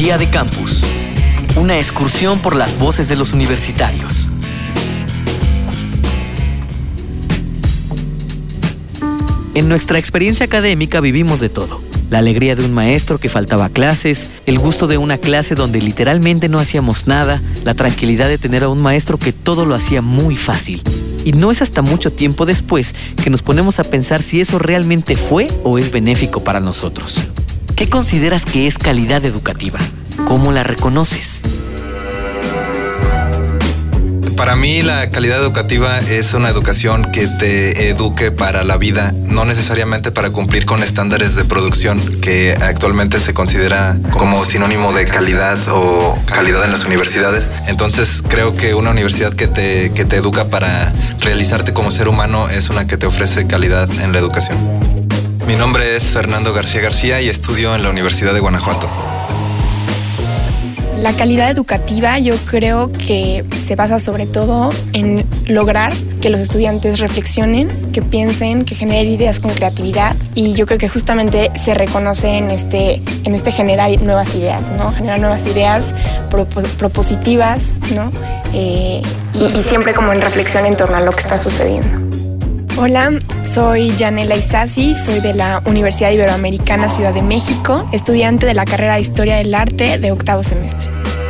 Día de Campus. Una excursión por las voces de los universitarios. En nuestra experiencia académica vivimos de todo. La alegría de un maestro que faltaba a clases, el gusto de una clase donde literalmente no hacíamos nada, la tranquilidad de tener a un maestro que todo lo hacía muy fácil. Y no es hasta mucho tiempo después que nos ponemos a pensar si eso realmente fue o es benéfico para nosotros. ¿Qué consideras que es calidad educativa? ¿Cómo la reconoces? Para mí la calidad educativa es una educación que te eduque para la vida, no necesariamente para cumplir con estándares de producción que actualmente se considera como sinónimo de calidad o calidad en las universidades. Entonces creo que una universidad que te educa para realizarte como ser humano es una que te ofrece calidad en la educación. Mi nombre es Fernando García García y estudio en la Universidad de Guanajuato. La calidad educativa yo creo que se basa sobre todo en lograr que los estudiantes reflexionen, que piensen, que generen ideas con creatividad, y yo creo que justamente se reconoce en este generar nuevas ideas, ¿no? Generar nuevas ideas propositivas, ¿no? Y siempre como en reflexión en torno a lo que está sucediendo. Hola, soy Yanela Isasi, soy de la Universidad Iberoamericana Ciudad de México, estudiante de la carrera de Historia del Arte de 8º semestre.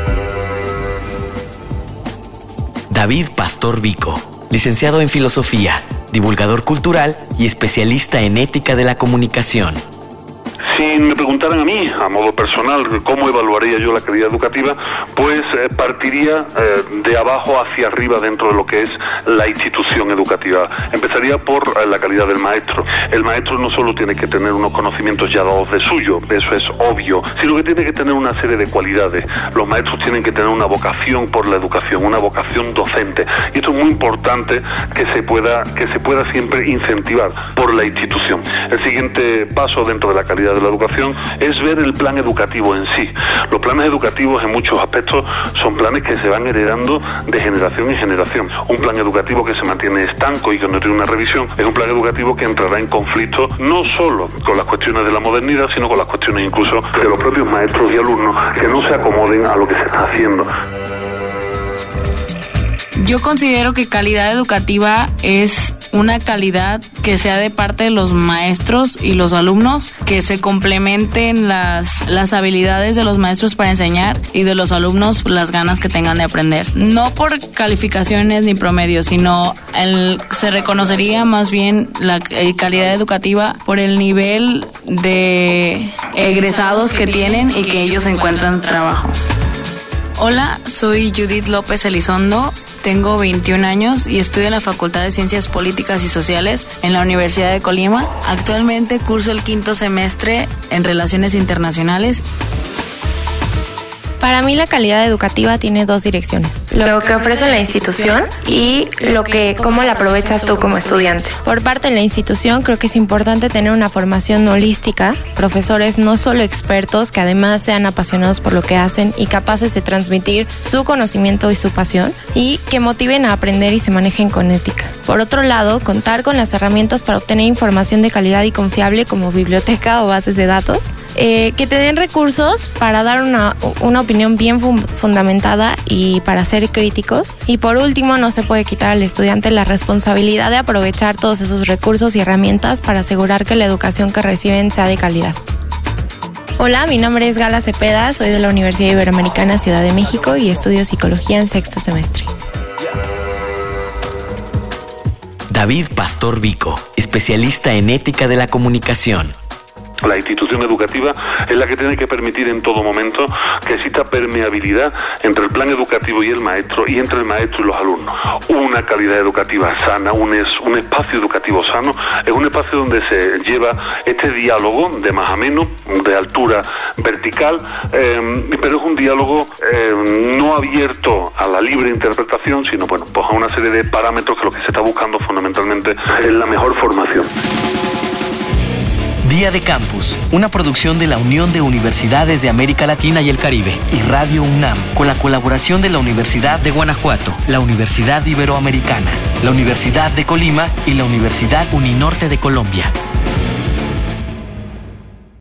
David Pastor Vico, licenciado en Filosofía, divulgador cultural y especialista en ética de la comunicación. Si me preguntaran a mí, a modo personal, cómo evaluaría yo la calidad educativa, pues partiría de abajo hacia arriba dentro de lo que es la institución educativa. Empezaría por la calidad del maestro. El maestro no solo tiene que tener unos conocimientos ya dados de suyo, eso es obvio, sino que tiene que tener una serie de cualidades. Los maestros tienen que tener una vocación por la educación, una vocación docente. Y esto es muy importante que se pueda siempre incentivar por la institución. El siguiente paso dentro de la calidad de la educación es ver el plan educativo en sí. Los planes educativos en muchos aspectos son planes que se van heredando de generación en generación. Un plan educativo que se mantiene estanco y que no tiene una revisión es un plan educativo que entrará en conflicto no solo con las cuestiones de la modernidad, sino con las cuestiones incluso de los propios maestros y alumnos que no se acomoden a lo que se está haciendo. Yo considero que calidad educativa es una calidad que sea de parte de los maestros y los alumnos, que se complementen las habilidades de los maestros para enseñar y de los alumnos las ganas que tengan de aprender. No por calificaciones ni promedios, sino se reconocería más bien la calidad educativa por el nivel de egresados que tienen y que ellos encuentran trabajo. Hola, soy Judith López Elizondo, tengo 21 años y estudio en la Facultad de Ciencias Políticas y Sociales en la Universidad de Colima. Actualmente curso el 5º semestre en Relaciones Internacionales. Para mí la calidad educativa tiene dos direcciones: lo que ofrece la institución y cómo la aprovechas tú como estudiante. Por parte de la institución creo que es importante tener una formación holística, profesores no solo expertos, que además sean apasionados por lo que hacen y capaces de transmitir su conocimiento y su pasión, y que motiven a aprender y se manejen con ética. Por otro lado, contar con las herramientas para obtener información de calidad y confiable como biblioteca o bases de datos, que te den recursos para dar una opinión bien fundamentada y para ser críticos. Y por último, no se puede quitar al estudiante la responsabilidad de aprovechar todos esos recursos y herramientas para asegurar que la educación que reciben sea de calidad. Hola, mi nombre es Gala Cepeda, soy de la Universidad Iberoamericana Ciudad de México y estudio Psicología en 6º semestre. David Pastor Vico, especialista en ética de la comunicación. La institución educativa es la que tiene que permitir en todo momento que exista permeabilidad entre el plan educativo y el maestro, y entre el maestro y los alumnos. Una calidad educativa sana, un espacio educativo sano, es un espacio donde se lleva este diálogo de más a menos, de altura vertical, pero es un diálogo no abierto a la libre interpretación, sino pues a una serie de parámetros que lo que se está buscando fundamentalmente es la mejor formación. Día de Campus, una producción de la Unión de Universidades de América Latina y el Caribe y Radio UNAM, con la colaboración de la Universidad de Guanajuato, la Universidad Iberoamericana, la Universidad de Colima y la Universidad Uninorte de Colombia.